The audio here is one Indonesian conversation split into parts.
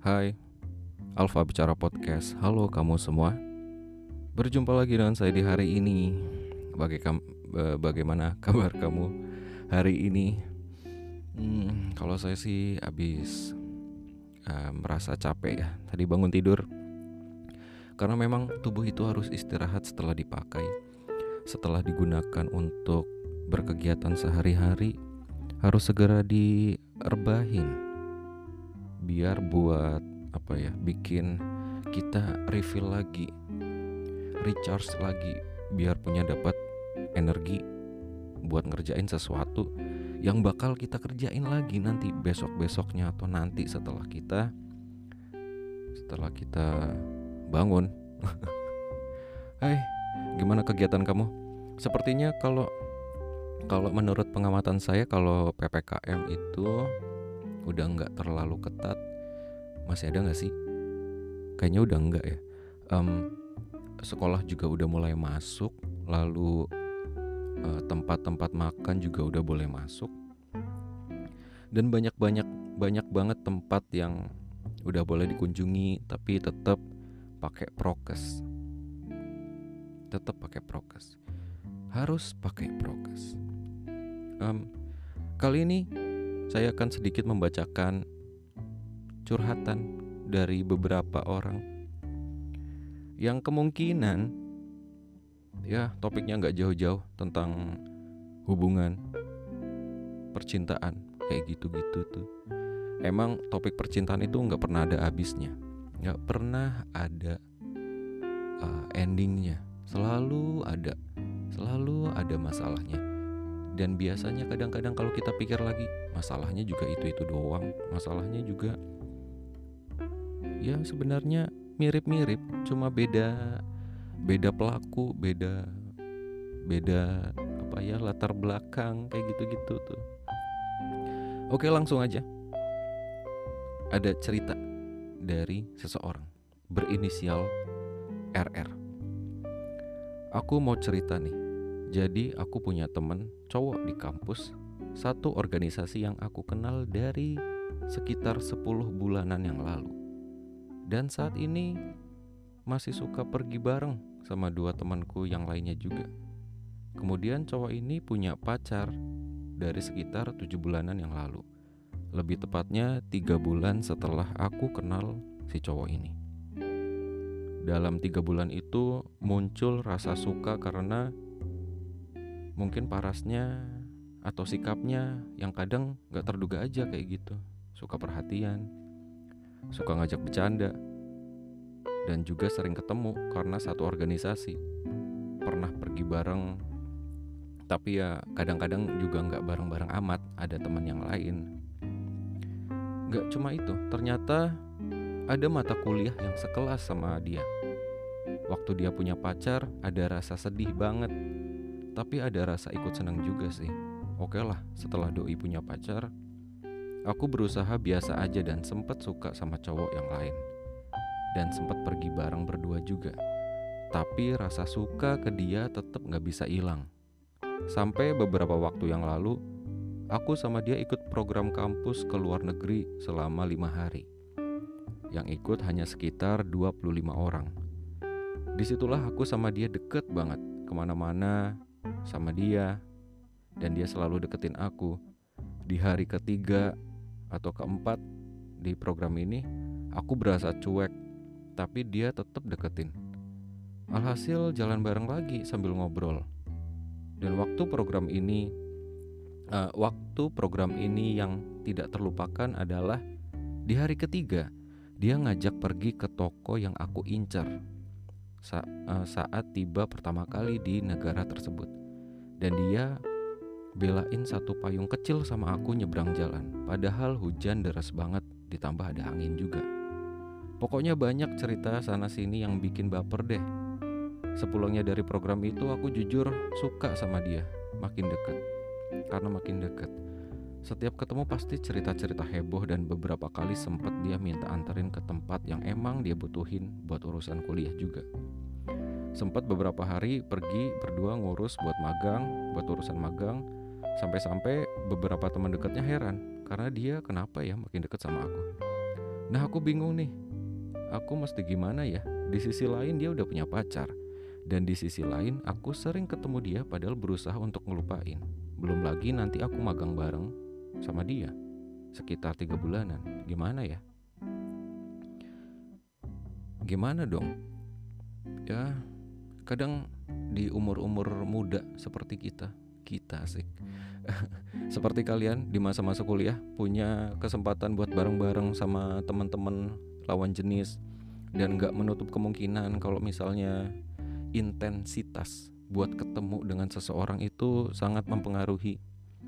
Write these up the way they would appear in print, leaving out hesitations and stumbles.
Hai, Alfa Bicara Podcast. Halo kamu semua. Berjumpa lagi dengan saya di hari ini. Bagaimana kabar kamu hari ini? Kalau saya sih habis merasa capek ya. Tadi bangun tidur. Karena memang tubuh itu harus istirahat setelah dipakai. Setelah digunakan untuk berkegiatan sehari-hari, harus segera direbahin. Biar buat bikin kita refill lagi, recharge lagi, biar dapat energi buat ngerjain sesuatu yang bakal kita kerjain lagi nanti besok-besoknya atau nanti setelah kita bangun. Hai, gimana kegiatan kamu? Sepertinya kalau menurut pengamatan saya, kalau PPKM itu udah nggak terlalu ketat. Masih ada nggak sih? Kayaknya udah nggak ya. Sekolah juga udah mulai masuk, lalu tempat-tempat makan juga udah boleh masuk, dan banyak banget tempat yang udah boleh dikunjungi, tapi tetap pakai prokes. Harus pakai prokes. Kali ini saya akan sedikit membacakan curhatan dari beberapa orang yang kemungkinan ya topiknya gak jauh-jauh tentang hubungan, percintaan, kayak gitu-gitu tuh. Emang topik percintaan itu gak pernah ada habisnya, gak pernah ada endingnya. Selalu ada masalahnya. Dan biasanya kadang-kadang kalau kita pikir lagi, masalahnya juga itu doang. Masalahnya juga ya sebenarnya mirip-mirip, cuma beda pelaku, beda latar belakang, kayak gitu-gitu tuh. Oke, langsung aja. Ada cerita dari seseorang berinisial RR. Aku mau cerita nih. Jadi aku punya temen cowok di kampus, satu organisasi yang aku kenal dari sekitar 10 bulanan yang lalu. Dan saat ini masih suka pergi bareng sama 2 temanku yang lainnya juga. Kemudian cowok ini punya pacar dari sekitar 7 bulanan yang lalu. Lebih tepatnya 3 bulan setelah aku kenal si cowok ini. Dalam 3 bulan itu muncul rasa suka karena mungkin parasnya atau sikapnya yang kadang gak terduga aja kayak gitu. Suka perhatian, suka ngajak bercanda, dan juga sering ketemu karena satu organisasi. Pernah pergi bareng, tapi ya kadang-kadang juga gak bareng-bareng amat, ada teman yang lain. Gak cuma itu, ternyata ada mata kuliah yang sekelas sama dia. Waktu dia punya pacar, ada rasa sedih banget, tapi ada rasa ikut senang juga sih. Oke lah, setelah doi punya pacar, aku berusaha biasa aja dan sempet suka sama cowok yang lain. Dan sempet pergi bareng berdua juga. Tapi rasa suka ke dia tetap gak bisa hilang. Sampai beberapa waktu yang lalu, aku sama dia ikut program kampus ke luar negeri selama 5 hari. Yang ikut hanya sekitar 25 orang. Disitulah aku sama dia deket banget, kemana-mana sama dia, dan dia selalu deketin aku. Di hari ketiga atau keempat di program ini, aku berasa cuek, tapi dia tetap deketin. Alhasil jalan bareng lagi sambil ngobrol. Dan waktu program ini yang tidak terlupakan adalah di hari ketiga, dia ngajak pergi ke toko yang aku incar saat tiba pertama kali di negara tersebut. Dan dia belain satu payung kecil sama aku nyebrang jalan, padahal hujan deras banget, ditambah ada angin juga. Pokoknya banyak cerita sana sini yang bikin baper deh. Sepulangnya dari program itu, aku jujur suka sama dia. Makin dekat. Setiap ketemu pasti cerita-cerita heboh, dan beberapa kali sempet dia minta anterin ke tempat yang emang dia butuhin buat urusan kuliah juga. Sempat beberapa hari pergi berdua ngurus buat urusan magang, sampai-sampai beberapa teman dekatnya heran karena dia kenapa ya makin dekat sama aku. Nah aku bingung nih, aku mesti gimana ya? Di sisi lain dia udah punya pacar, dan di sisi lain aku sering ketemu dia padahal berusaha untuk ngelupain. Belum lagi nanti aku magang bareng sama dia sekitar 3 bulanan. Gimana ya? Gimana dong? Ya kadang di umur-umur muda seperti kita asik seperti kalian di masa-masa kuliah punya kesempatan buat bareng-bareng sama teman-teman lawan jenis, dan gak menutup kemungkinan kalau misalnya intensitas buat ketemu dengan seseorang itu sangat mempengaruhi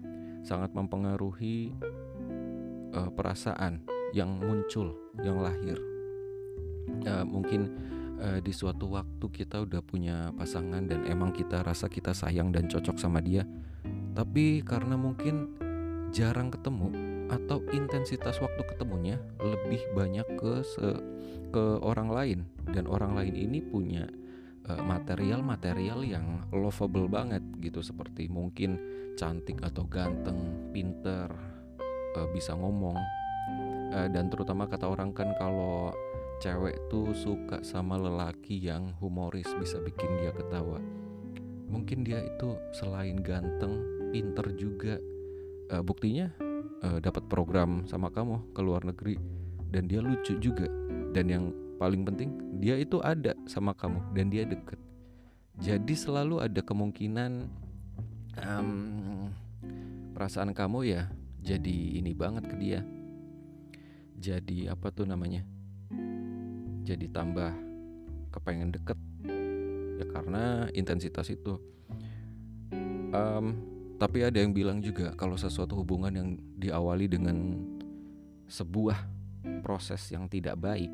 perasaan yang muncul, yang lahir. Mungkin di suatu waktu kita udah punya pasangan dan emang kita rasa kita sayang dan cocok sama dia, tapi karena mungkin jarang ketemu atau intensitas waktu ketemunya lebih banyak ke orang lain, dan orang lain ini punya material yang lovable banget gitu, seperti mungkin cantik atau ganteng, pinter, bisa ngomong, dan terutama kata orang kan kalau cewek tuh suka sama lelaki yang humoris, bisa bikin dia ketawa. Mungkin dia itu selain ganteng, pinter juga, buktinya dapat program sama kamu ke luar negeri, dan dia lucu juga, dan yang paling penting dia itu ada sama kamu dan dia deket. Jadi selalu ada kemungkinan perasaan kamu ya jadi ini banget ke dia, jadi apa tuh namanya, jadi tambah kepengen deket ya karena intensitas itu. Tapi ada yang bilang juga kalau sesuatu hubungan yang diawali dengan sebuah proses yang tidak baik,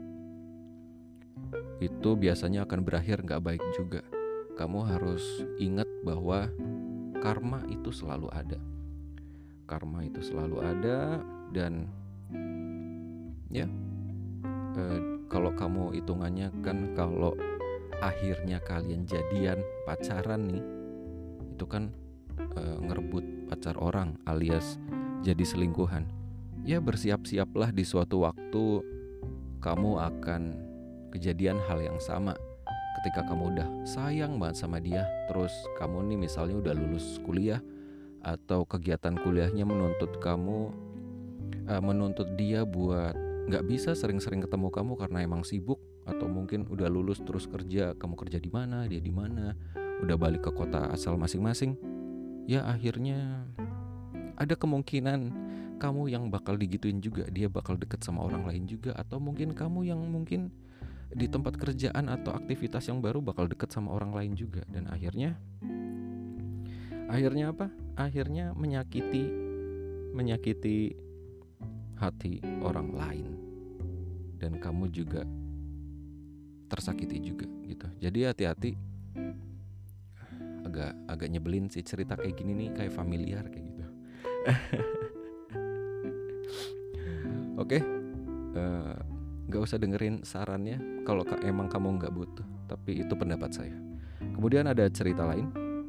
itu biasanya akan berakhir gak baik juga. Kamu harus ingat bahwa karma itu selalu ada. Karma itu selalu ada, dan ya kalau kamu hitungannya kan kalau akhirnya kalian jadian pacaran nih, itu kan ngerebut pacar orang alias jadi selingkuhan. Ya bersiap-siaplah di suatu waktu kamu akan kejadian hal yang sama. Ketika kamu udah sayang banget sama dia, terus kamu nih misalnya udah lulus kuliah, atau kegiatan kuliahnya menuntut dia buat gak bisa sering-sering ketemu kamu karena emang sibuk, atau mungkin udah lulus terus kerja, kamu kerja di mana, dia di mana, udah balik ke kota asal masing-masing. Ya akhirnya ada kemungkinan kamu yang bakal digituin juga, dia bakal deket sama orang lain juga, atau mungkin kamu yang mungkin di tempat kerjaan atau aktivitas yang baru bakal deket sama orang lain juga, dan akhirnya apa? Akhirnya menyakiti hati orang lain, dan kamu juga tersakiti juga gitu. Jadi hati-hati. Agak nyebelin sih cerita kayak gini nih, kayak familiar kayak gitu. Oke, gak usah dengerin sarannya kalau emang kamu gak butuh, tapi itu pendapat saya. Kemudian ada cerita lain.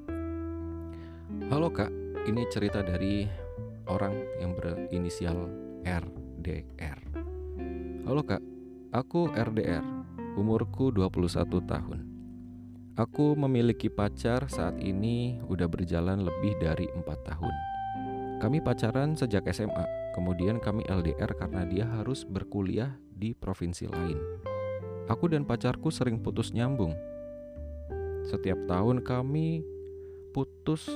Halo kak, ini cerita dari orang yang berinisial RDR. Halo kak, aku RDR, umurku 21 tahun. Aku memiliki pacar saat ini udah berjalan lebih dari 4 tahun. Kami pacaran sejak SMA, kemudian kami LDR karena dia harus berkuliah di provinsi lain. Aku dan pacarku sering putus nyambung. Setiap tahun kami putus,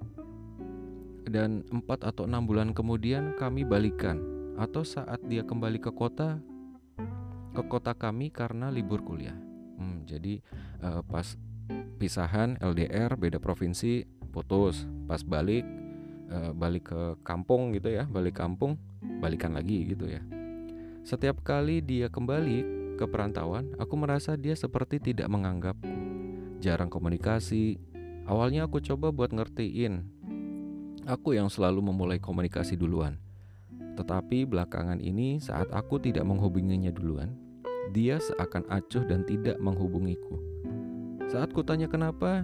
dan 4 atau 6 bulan kemudian kami balikan, atau saat dia kembali ke kota kami karena libur kuliah. Jadi pas pisahan LDR beda provinsi putus, pas balik ke kampung gitu ya, balikan lagi gitu ya. Setiap kali dia kembali ke perantauan, aku merasa dia seperti tidak menganggapku, jarang komunikasi. Awalnya aku coba buat ngertiin, aku yang selalu memulai komunikasi duluan. Tetapi belakangan ini saat aku tidak menghubunginya duluan, dia seakan acuh dan tidak menghubungiku. Saat aku tanya kenapa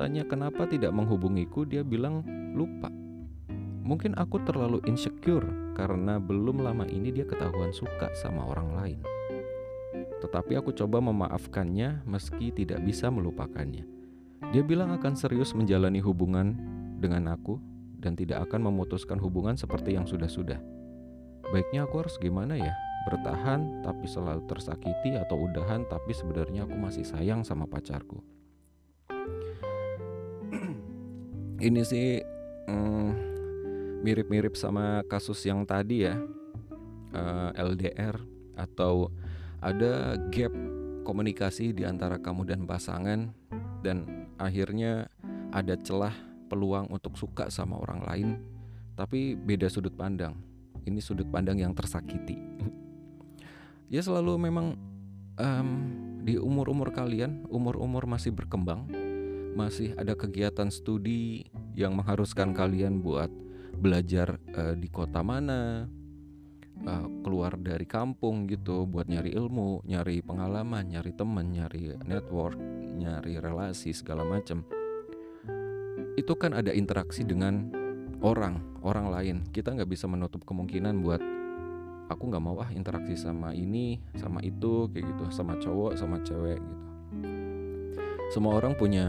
tidak menghubungiku, dia bilang lupa. Mungkin aku terlalu insecure karena belum lama ini dia ketahuan suka sama orang lain. Tetapi aku coba memaafkannya meski tidak bisa melupakannya. Dia bilang akan serius menjalani hubungan dengan aku dan tidak akan memutuskan hubungan seperti yang sudah-sudah. Baiknya aku harus gimana ya? Bertahan tapi selalu tersakiti, atau udahan tapi sebenarnya aku masih sayang sama pacarku? Ini sih mirip-mirip sama kasus yang tadi ya, LDR, atau ada gap komunikasi di antara kamu dan pasangan, dan akhirnya ada celah peluang untuk suka sama orang lain, tapi beda sudut pandang. Ini sudut pandang yang tersakiti. Ya selalu memang di umur-umur kalian, umur-umur masih berkembang, masih ada kegiatan studi yang mengharuskan kalian buat belajar di kota mana, keluar dari kampung gitu, buat nyari ilmu, nyari pengalaman, nyari teman, nyari network, nyari relasi segala macam. Itu kan ada interaksi dengan orang lain. Kita nggak bisa menutup kemungkinan buat aku nggak mau interaksi sama ini, sama itu, kayak gitu, sama cowok, sama cewek gitu. Semua orang punya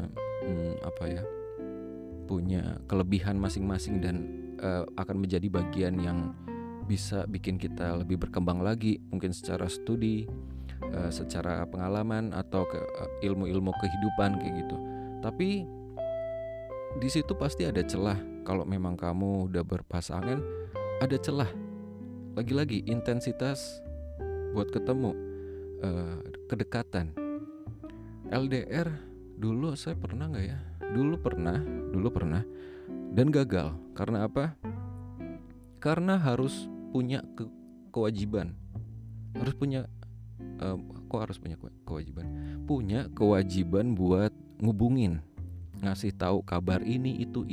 punya kelebihan masing-masing dan akan menjadi bagian yang bisa bikin kita lebih berkembang lagi, mungkin secara studi, secara pengalaman, atau ilmu-ilmu kehidupan kayak gitu. Tapi di situ pasti ada celah. Kalau memang kamu udah berpasangan, ada celah. Lagi-lagi intensitas buat ketemu, kedekatan. LDR dulu saya pernah nggak ya? Dulu pernah dan gagal. Karena apa? Karena harus punya kewajiban. Harus punya kewajiban? Punya kewajiban buat ngubungin, ngasih tahu kabar ini itu.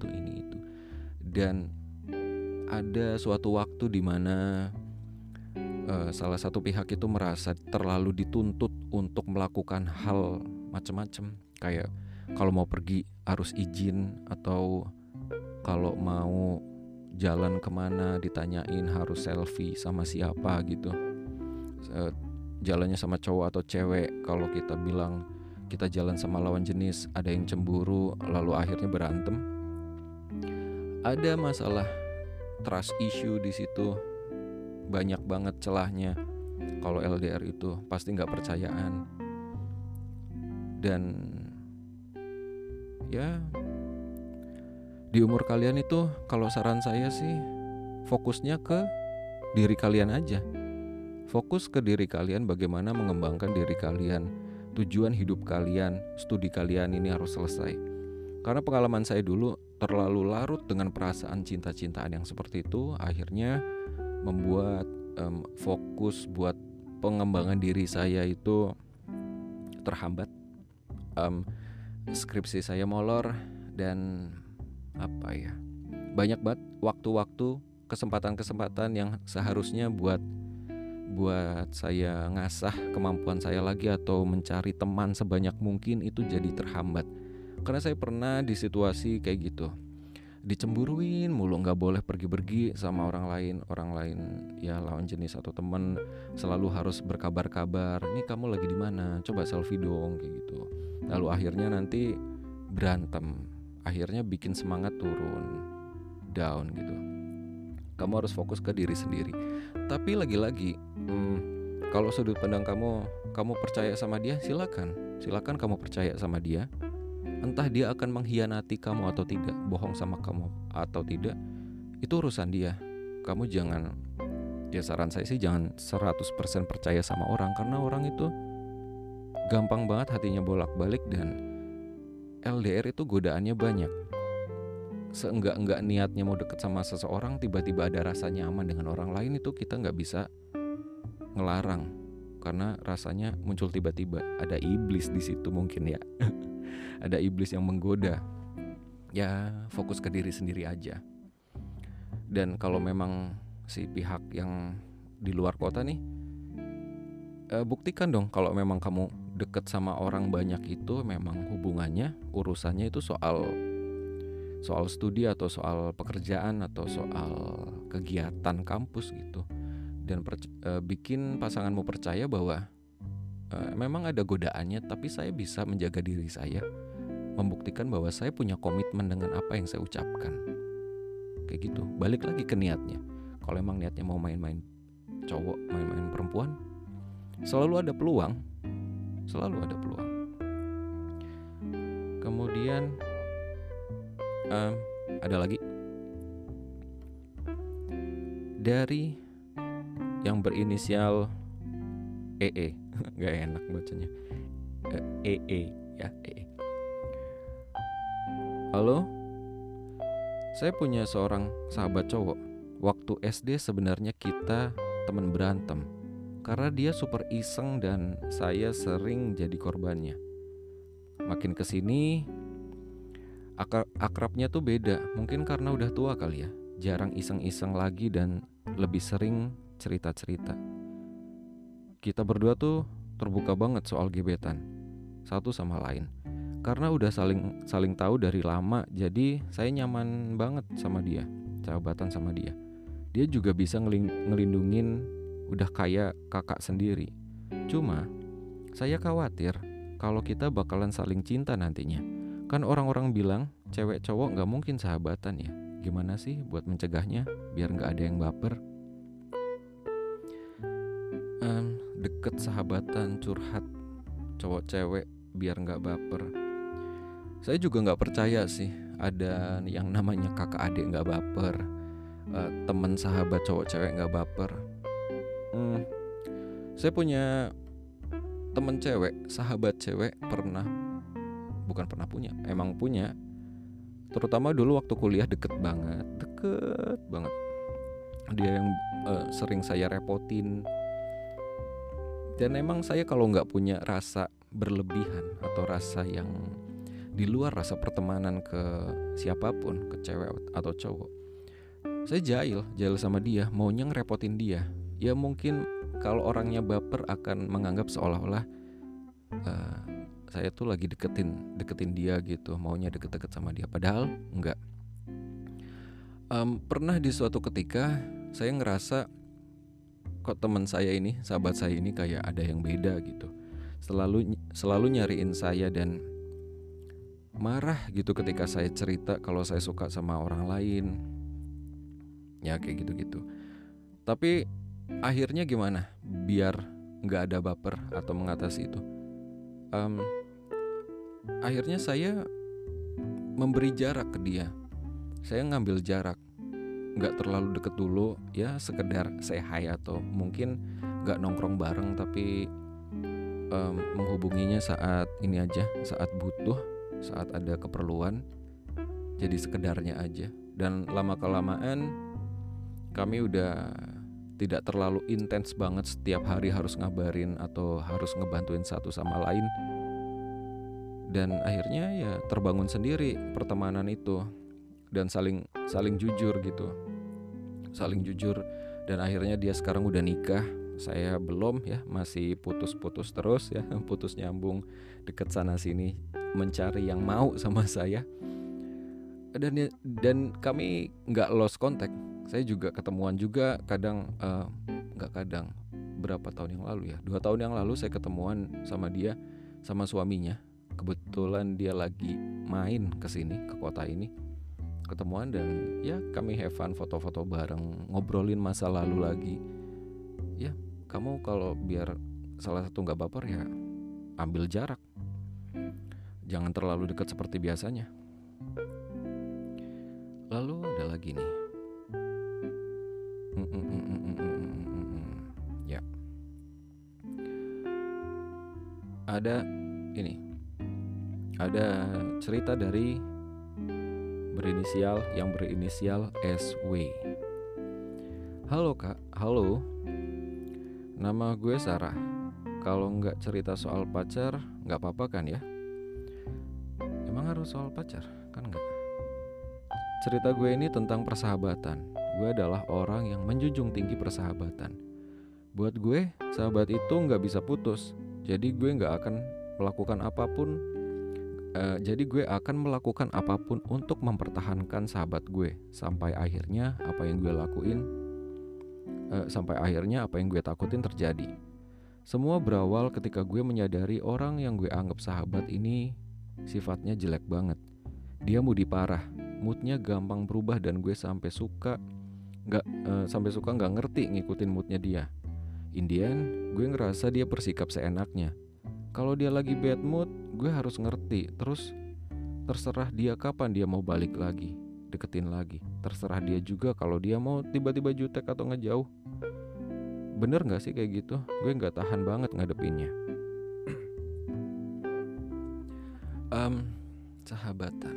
Dan ada suatu waktu di mana salah satu pihak itu merasa terlalu dituntut untuk melakukan hal macam-macam, kayak kalau mau pergi harus izin, atau kalau mau jalan kemana ditanyain harus selfie sama siapa gitu, jalannya sama cowok atau cewek. Kalau kita bilang kita jalan sama lawan jenis, ada yang cemburu, lalu akhirnya berantem. Ada masalah trust issue di situ, banyak banget celahnya. Kalau LDR itu pasti nggak percayaan. Dan ya di umur kalian itu, kalau saran saya sih fokusnya ke diri kalian aja. Fokus ke diri kalian, bagaimana mengembangkan diri kalian, tujuan hidup kalian, studi kalian ini harus selesai. Karena pengalaman saya dulu terlalu larut dengan perasaan cinta-cintaan yang seperti itu, akhirnya membuat fokus buat pengembangan diri saya itu terhambat. Skripsi saya molor, dan banyak banget waktu-waktu, kesempatan-kesempatan yang seharusnya buat saya ngasah kemampuan saya lagi atau mencari teman sebanyak mungkin itu jadi terhambat. Karena saya pernah di situasi kayak gitu, dicemburuin mulu, nggak boleh pergi-pergi sama orang lain ya, lawan jenis atau teman, selalu harus berkabar-kabar, nih kamu lagi di mana, coba selfie dong, kayak gitu. Lalu akhirnya nanti berantem, akhirnya bikin semangat turun, down gitu. Kamu harus fokus ke diri sendiri. Tapi lagi-lagi kalau sudut pandang kamu percaya sama dia, silakan kamu percaya sama dia. Entah dia akan mengkhianati kamu atau tidak, bohong sama kamu atau tidak, itu urusan dia. Kamu jangan, ya saran saya sih jangan 100% percaya sama orang, karena orang itu gampang banget hatinya bolak-balik, dan LDR itu godaannya banyak. Seenggak-enggak niatnya mau deket sama seseorang, tiba-tiba ada rasa nyaman dengan orang lain, itu kita gak bisa ngelarang, karena rasanya muncul tiba-tiba. Ada iblis di situ mungkin ya. Ada iblis yang menggoda. Ya fokus ke diri sendiri aja. Dan kalau memang si pihak yang di luar kota nih, buktikan dong kalau memang kamu deket sama orang banyak itu memang hubungannya, urusannya itu soal studi atau soal pekerjaan atau soal kegiatan kampus gitu, dan bikin pasanganmu percaya bahwa memang ada godaannya, tapi saya bisa menjaga diri saya, membuktikan bahwa saya punya komitmen dengan apa yang saya ucapkan. Kayak gitu. Balik lagi ke niatnya. Kalau emang niatnya mau main-main cowok, main-main perempuan, selalu ada peluang. Kemudian ada lagi dari yang berinisial EE. Gak enak bacanya. EE ya, EE. Halo, saya punya seorang sahabat cowok. Waktu SD sebenarnya kita teman berantem karena dia super iseng dan saya sering jadi korbannya. Makin kesini akrabnya tuh beda. Mungkin karena udah tua kali ya. Jarang iseng-iseng lagi dan lebih sering cerita-cerita. Kita berdua tuh terbuka banget soal gebetan satu sama lain. Karena udah saling tahu dari lama, jadi saya nyaman banget sama dia, sahabatan sama dia. Dia juga bisa ngelindungin, udah kayak kakak sendiri. Cuma saya khawatir kalau kita bakalan saling cinta nantinya. Kan orang-orang bilang cewek cowok gak mungkin sahabatan ya. Gimana sih buat mencegahnya biar gak ada yang baper? Deket, sahabatan, curhat, cowok cewek biar gak baper. Saya juga gak percaya sih ada yang namanya kakak adik gak baper, temen sahabat cowok cewek gak baper. Saya punya temen cewek, sahabat cewek emang punya. Terutama dulu waktu kuliah deket banget. Dia yang sering saya repotin. Dan emang saya kalau gak punya rasa berlebihan atau rasa yang di luar rasa pertemanan ke siapapun, ke cewek atau cowok, saya jahil sama dia, maunya ngerepotin dia. Ya mungkin kalau orangnya baper akan menganggap seolah-olah saya tuh lagi deketin dia gitu, maunya deket-deket sama dia, padahal enggak. Pernah di suatu ketika saya ngerasa kok teman saya ini, sahabat saya ini kayak ada yang beda gitu. Selalu nyariin saya dan marah gitu ketika saya cerita kalau saya suka sama orang lain. Ya kayak gitu-gitu. Tapi akhirnya gimana biar gak ada baper atau mengatasi itu? Akhirnya saya memberi jarak ke dia. Saya ngambil jarak, gak terlalu deket dulu, ya sekedar say hi atau mungkin gak nongkrong bareng, tapi menghubunginya saat ini aja, saat butuh, saat ada keperluan. Jadi sekedarnya aja. Dan lama-kelamaan kami udah tidak terlalu intens banget setiap hari harus ngabarin atau harus ngebantuin satu sama lain. Dan akhirnya ya terbangun sendiri pertemanan itu. Dan saling jujur gitu. Saling jujur. Dan akhirnya dia sekarang udah nikah. Saya belum ya, masih putus-putus terus ya. Putus nyambung deket sana sini, mencari yang mau sama saya. Dan kami gak lost contact. Saya juga ketemuan juga berapa tahun yang lalu ya, 2 tahun yang lalu saya ketemuan sama dia, sama suaminya. Kebetulan dia lagi main kesini, ke kota ini. Ketemuan dan ya kami have fun, foto-foto bareng, ngobrolin masa lalu lagi. Ya kamu kalau biar salah satu gak baper ya ambil jarak, jangan terlalu dekat seperti biasanya. Lalu ada lagi nih. Ya. Ada cerita dari yang berinisial SW. Halo Kak, halo. Nama gue Sarah. Kalau nggak cerita soal pacar, nggak apa-apa kan ya? Emang harus soal pacar? Kan nggak. Cerita gue ini tentang persahabatan. Gue adalah orang yang menjunjung tinggi persahabatan. Buat gue, sahabat itu nggak bisa putus. Jadi gue nggak akan melakukan apapun Jadi gue akan melakukan apapun untuk mempertahankan sahabat gue sampai akhirnya apa yang gue takutin terjadi. Semua berawal ketika gue menyadari orang yang gue anggap sahabat ini sifatnya jelek banget. Dia moody parah, moodnya gampang berubah dan gue sampai suka nggak ngerti ngikutin moodnya dia. In the end, gue ngerasa dia bersikap seenaknya. Kalau dia lagi bad mood, gue harus ngerti. Terus terserah dia kapan dia mau balik lagi, deketin lagi. Terserah dia juga kalau dia mau tiba-tiba jutek atau ngejauh. Bener gak sih kayak gitu? Gue gak tahan banget ngadepinnya. Sahabatan.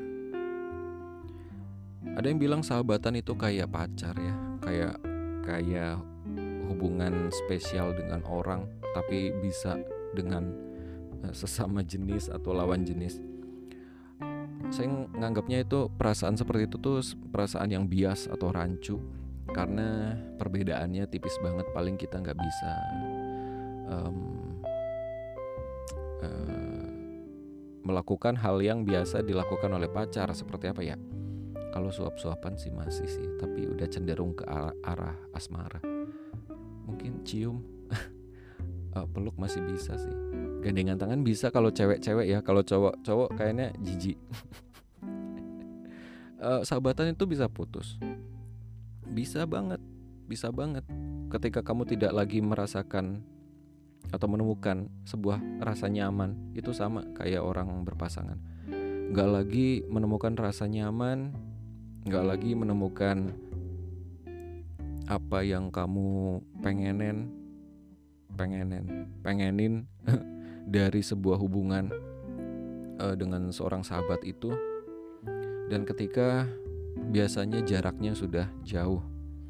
Ada yang bilang sahabatan itu kayak pacar ya, kayak hubungan spesial dengan orang, tapi bisa dengan sesama jenis atau lawan jenis. Saya nganggapnya itu perasaan seperti itu tuh perasaan yang bias atau rancu, karena perbedaannya tipis banget. Paling kita nggak bisa melakukan hal yang biasa dilakukan oleh pacar. Seperti apa ya? Kalau suap-suapan sih masih sih, tapi udah cenderung ke arah asmara. Mungkin cium, peluk masih bisa sih. Gandengan tangan bisa kalau cewek-cewek ya. Kalau cowok kayaknya jijik. Sahabatan itu bisa putus. Bisa banget. Ketika kamu tidak lagi merasakan atau menemukan sebuah rasa nyaman, itu sama kayak orang berpasangan. Gak lagi menemukan rasa nyaman, gak lagi menemukan apa yang kamu pengenin dari sebuah hubungan dengan seorang sahabat itu. Dan ketika biasanya jaraknya sudah jauh.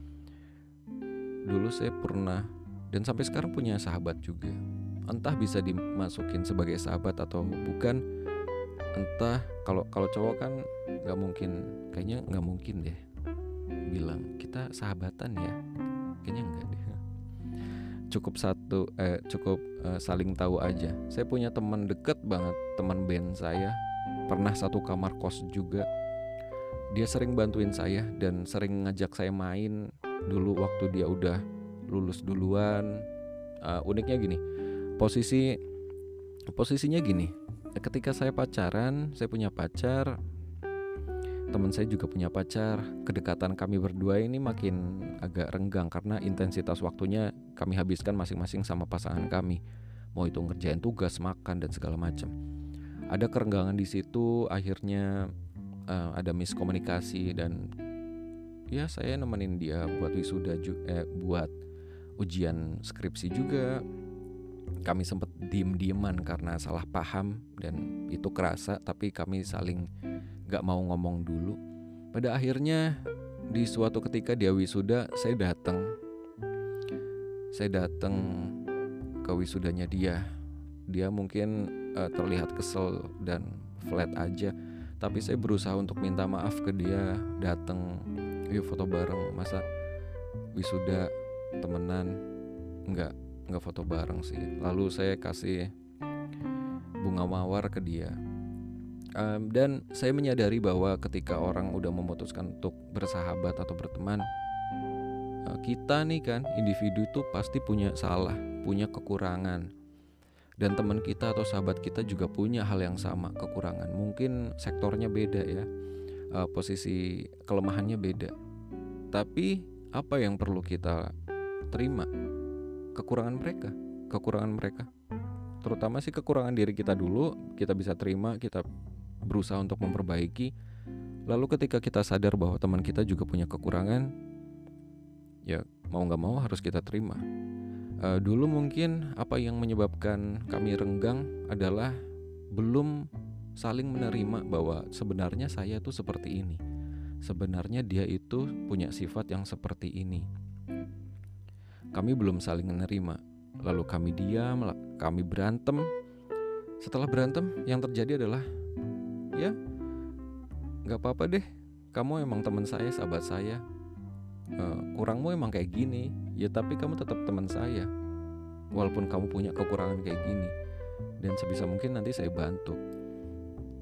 Dulu saya pernah dan sampai sekarang punya sahabat juga. Entah bisa dimasukin sebagai sahabat atau bukan. Entah kalau cowok kan kayaknya nggak mungkin deh bilang kita sahabatan ya. Kayaknya enggak deh. Cukup saling tahu aja. Saya punya teman deket banget, teman band saya, pernah satu kamar kos juga. Dia sering bantuin saya dan sering ngajak saya main dulu waktu dia udah lulus duluan. Uniknya gini, posisinya gini. Ketika saya pacaran, saya punya pacar, teman saya juga punya pacar. Kedekatan kami berdua ini makin agak renggang karena intensitas waktunya kami habiskan masing-masing sama pasangan kami. Mau itu ngerjain tugas, makan dan segala macam. Ada kerenggangan di situ, akhirnya ada miskomunikasi dan ya saya nemenin dia buat wisuda buat ujian skripsi juga. Kami sempat diem-dieman karena salah paham dan itu kerasa, tapi kami saling gak mau ngomong dulu. Pada akhirnya di suatu ketika dia wisuda, saya datang ke wisudanya dia. Dia mungkin terlihat kesel dan flat aja, tapi saya berusaha untuk minta maaf ke dia. Datang, yuk foto bareng. Masa wisuda temenan nggak foto bareng sih. Lalu saya kasih bunga mawar ke dia. Dan saya menyadari bahwa ketika orang udah memutuskan untuk bersahabat atau berteman, kita nih kan individu itu pasti punya salah, punya kekurangan. Dan teman kita atau sahabat kita juga punya hal yang sama, kekurangan. Mungkin sektornya beda ya, posisi kelemahannya beda. Tapi apa yang perlu kita terima? Kekurangan mereka. Terutama sih kekurangan diri kita dulu, kita bisa terima, kita berusaha untuk memperbaiki. Lalu ketika kita sadar bahwa teman kita juga punya kekurangan, ya mau gak mau harus kita terima. Dulu mungkin apa yang menyebabkan kami renggang adalah belum saling menerima bahwa sebenarnya saya tuh seperti ini. Sebenarnya dia itu punya sifat yang seperti ini. Kami belum saling menerima. Lalu kami diam, kami berantem. Setelah berantem, yang terjadi adalah ya gak apa-apa deh, kamu emang teman saya, sahabat saya. Kurangmu emang kayak gini. Ya tapi kamu tetap teman saya, walaupun kamu punya kekurangan kayak gini. Dan sebisa mungkin nanti saya bantu.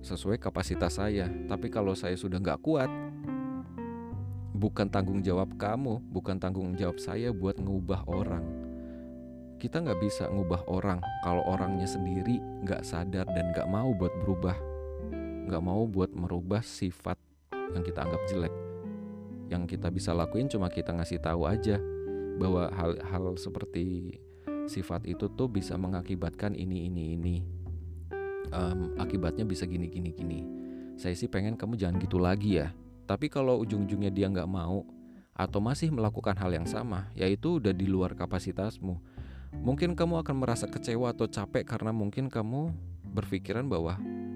sesuai kapasitas saya. Tapi kalau saya sudah gak kuat, bukan tanggung jawab kamu, bukan tanggung jawab saya buat ngubah orang. Kita gak bisa ngubah orang kalau orangnya sendiri gak sadar dan gak mau buat berubah, gak mau buat merubah sifat yang kita anggap jelek. Yang kita bisa lakuin cuma kita ngasih tahu aja bahwa hal seperti sifat itu tuh bisa mengakibatkan ini. Akibatnya bisa gini. Saya sih pengen kamu jangan gitu lagi ya. Tapi kalau ujung-ujungnya dia gak mau atau masih melakukan hal yang sama, yaitu udah di luar kapasitasmu. Mungkin kamu akan merasa kecewa atau capek karena mungkin kamu berpikiran bahwa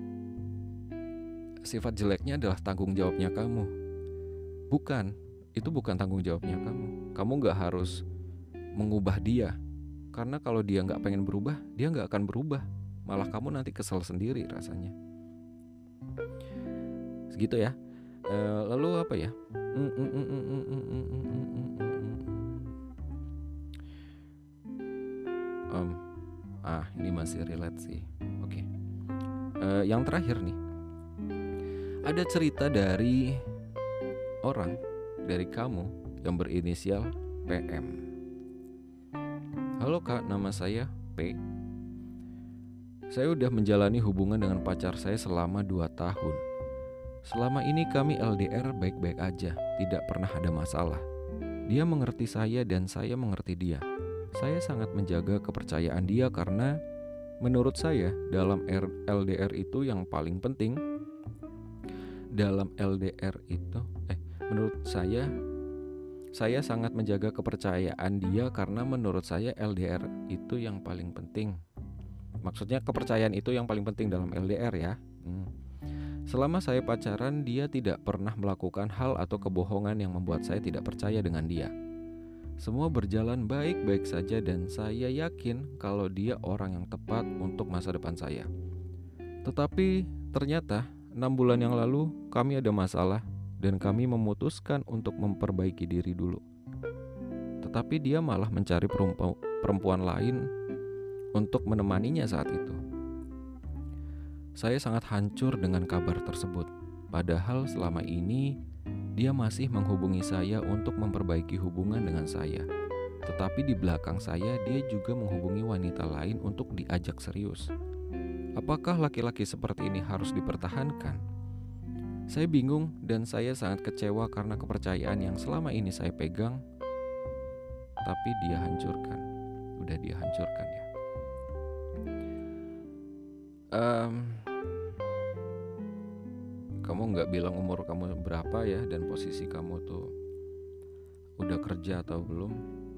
sifat jeleknya adalah tanggung jawabnya kamu. Bukan, itu bukan tanggung jawabnya kamu. Kamu gak harus mengubah dia, karena kalau dia gak pengen berubah, dia gak akan berubah. Malah kamu nanti kesel sendiri rasanya. Segitu ya. Lalu apa ya? Ini masih relate sih. Oke. Yang terakhir nih, ada cerita dari orang, dari kamu yang berinisial PM. Halo kak, nama saya P. Saya udah menjalani hubungan dengan pacar saya selama 2 tahun. Selama ini kami LDR baik-baik aja, tidak pernah ada masalah. Dia mengerti saya dan saya mengerti dia. Saya sangat menjaga kepercayaan dia karena menurut saya dalam LDR itu yang paling penting. Menurut saya sangat menjaga kepercayaan dia karena menurut saya LDR itu yang paling penting. Maksudnya kepercayaan itu yang paling penting dalam LDR ya. Selama saya pacaran, dia tidak pernah melakukan hal atau kebohongan yang membuat saya tidak percaya dengan dia. Semua berjalan baik-baik saja dan saya yakin kalau dia orang yang tepat untuk masa depan saya. Tetapi ternyata 6 bulan yang lalu kami ada masalah dan kami memutuskan untuk memperbaiki diri dulu. Tetapi dia malah mencari perempuan lain untuk menemaninya saat itu. Saya sangat hancur dengan kabar tersebut. Padahal selama ini dia masih menghubungi saya untuk memperbaiki hubungan dengan saya. Tetapi di belakang saya dia juga menghubungi wanita lain untuk diajak serius. Apakah laki-laki seperti ini harus dipertahankan? Saya bingung dan saya sangat kecewa karena kepercayaan yang selama ini saya pegang, tapi dia hancurkan. Udah dia hancurkan ya. Kamu gak bilang umur kamu berapa ya, dan posisi kamu tuh udah kerja atau belum.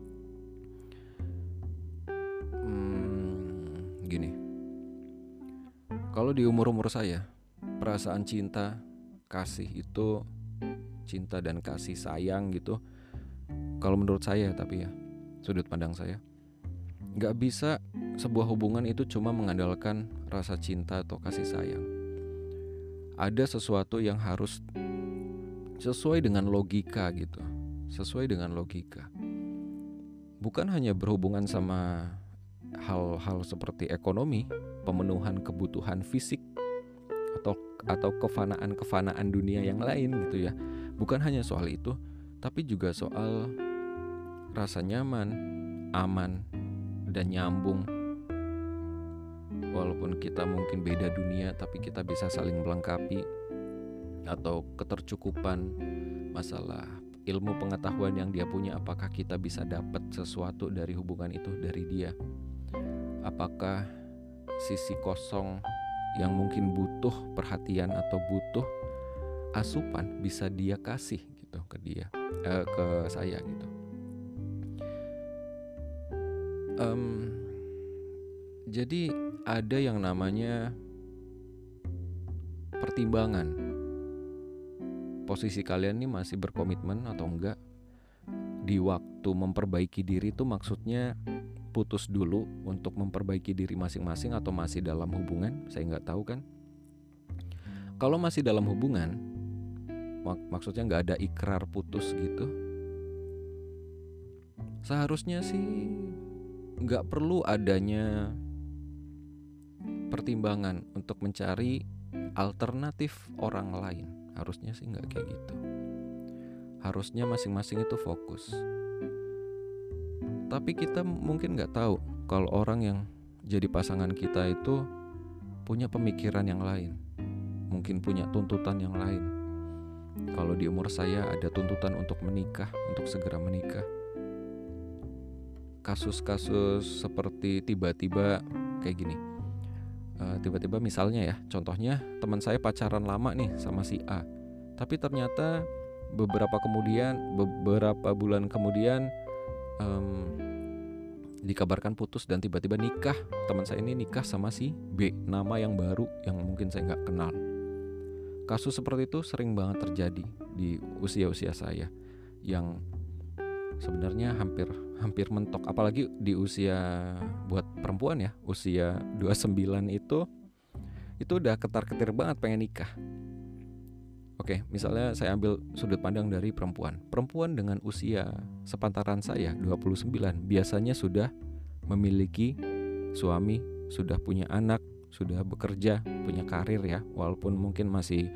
Gini, kalau di umur-umur saya, perasaan cinta, kasih itu, cinta dan kasih sayang gitu, kalau menurut saya tapi ya, sudut pandang saya, gak bisa sebuah hubungan itu cuma mengandalkan rasa cinta atau kasih sayang. Ada sesuatu yang harus sesuai dengan logika gitu. Sesuai dengan logika. Bukan hanya berhubungan sama hal-hal seperti ekonomi, pemenuhan kebutuhan fisik, atau kefanaan dunia yang lain gitu ya. Bukan hanya soal itu, tapi juga soal rasa nyaman, aman, dan nyambung. Walaupun kita mungkin beda dunia, tapi kita bisa saling melengkapi. Atau ketercukupan masalah ilmu pengetahuan yang dia punya, apakah kita bisa dapat sesuatu dari hubungan itu dari dia. Apakah sisi kosong yang mungkin butuh perhatian atau butuh asupan bisa dia kasih gitu ke dia, ke saya gitu. Jadi ada yang namanya pertimbangan. Posisi kalian nih masih berkomitmen atau enggak. Di waktu memperbaiki diri itu maksudnya putus dulu untuk memperbaiki diri masing-masing atau masih dalam hubungan, saya nggak tahu kan. Kalau masih dalam hubungan, maksudnya nggak ada ikrar putus gitu, seharusnya sih nggak perlu adanya pertimbangan untuk mencari alternatif orang lain. Harusnya sih nggak kayak gitu. Harusnya masing-masing itu fokus. Tapi kita mungkin nggak tahu kalau orang yang jadi pasangan kita itu punya pemikiran yang lain, mungkin punya tuntutan yang lain. Kalau di umur saya ada tuntutan untuk menikah, untuk segera menikah. Kasus-kasus seperti tiba-tiba kayak gini. Tiba-tiba misalnya ya, contohnya teman saya pacaran lama nih sama si A. Tapi ternyata beberapa bulan kemudian dikabarkan putus dan tiba-tiba nikah. Teman saya ini nikah sama si B, nama yang baru yang mungkin saya nggak kenal. Kasus seperti itu sering banget terjadi di usia-usia saya yang sebenarnya hampir mentok, apalagi di usia buat perempuan ya, usia 29 itu udah ketar-ketir banget pengen nikah. Oke, misalnya saya ambil sudut pandang dari perempuan dengan usia sepantaran saya 29 biasanya sudah memiliki suami, sudah punya anak, sudah bekerja, punya karir ya, walaupun mungkin masih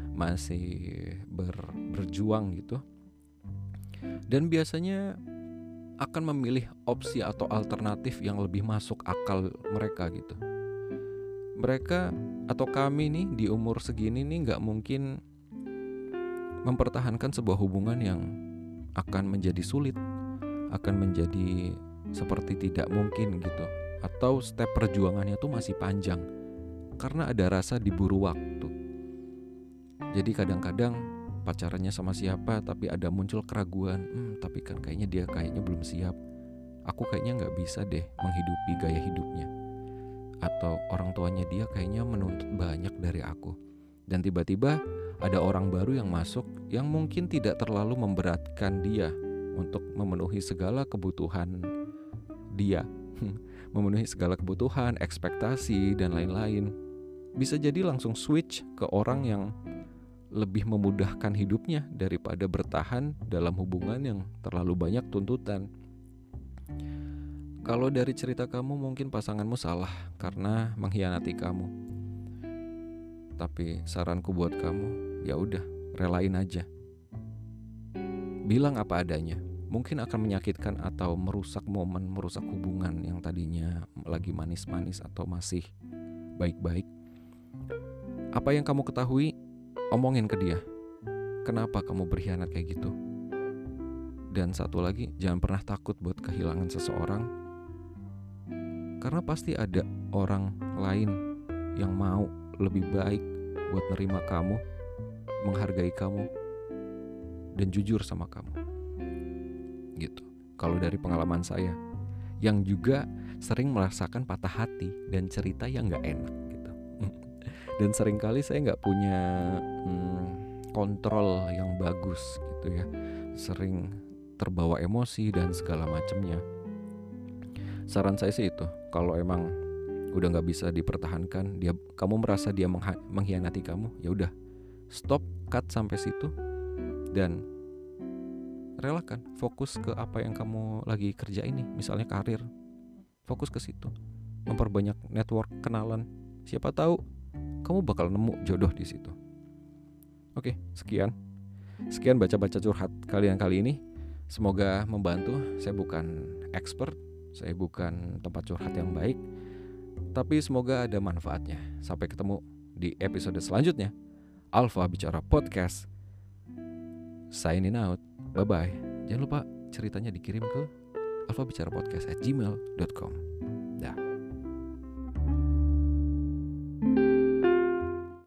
berjuang gitu. Dan biasanya akan memilih opsi atau alternatif yang lebih masuk akal mereka gitu. Mereka atau kami nih di umur segini nih gak mungkin mempertahankan sebuah hubungan yang akan menjadi sulit, akan menjadi seperti tidak mungkin gitu, atau step perjuangannya tuh masih panjang karena ada rasa diburu waktu. Jadi kadang-kadang pacarannya sama siapa tapi ada muncul keraguan, tapi kan kayaknya dia belum siap, aku kayaknya gak bisa deh menghidupi gaya hidupnya, atau orang tuanya dia kayaknya menuntut banyak dari aku. Dan tiba-tiba ada orang baru yang masuk yang mungkin tidak terlalu memberatkan dia untuk memenuhi segala kebutuhan dia memenuhi segala kebutuhan, ekspektasi, dan lain-lain. Bisa jadi langsung switch ke orang yang lebih memudahkan hidupnya daripada bertahan dalam hubungan yang terlalu banyak tuntutan. Kalau dari cerita kamu mungkin pasanganmu salah karena mengkhianati kamu. Tapi saranku buat kamu, ya udah, relain aja. Bilang apa adanya. Mungkin akan menyakitkan atau merusak momen, merusak hubungan yang tadinya lagi manis-manis atau masih baik-baik. Apa yang kamu ketahui, omongin ke dia. Kenapa kamu berkhianat kayak gitu? Dan satu lagi, jangan pernah takut buat kehilangan seseorang. Karena pasti ada orang lain yang mau lebih baik buat nerima kamu, menghargai kamu, dan jujur sama kamu. Gitu. Kalau dari pengalaman saya, yang juga sering merasakan patah hati dan cerita yang gak enak gitu. Dan seringkali saya gak punya kontrol yang bagus gitu ya. Sering terbawa emosi dan segala macamnya. Saran saya sih itu, kalau emang udah nggak bisa dipertahankan, kamu merasa dia mengkhianati kamu, ya udah, stop, cut sampai situ, dan relakan, fokus ke apa yang kamu lagi kerja ini, misalnya karir, fokus ke situ, memperbanyak network kenalan, siapa tahu kamu bakal nemu jodoh di situ. Oke, sekian baca-baca curhat kalian kali ini, semoga membantu. Saya bukan expert, saya bukan tempat curhat yang baik, tapi semoga ada manfaatnya. Sampai ketemu di episode selanjutnya. Alfa Bicara Podcast. Signing out. Bye-bye. Jangan lupa ceritanya dikirim ke alfabicarapodcast@gmail.com.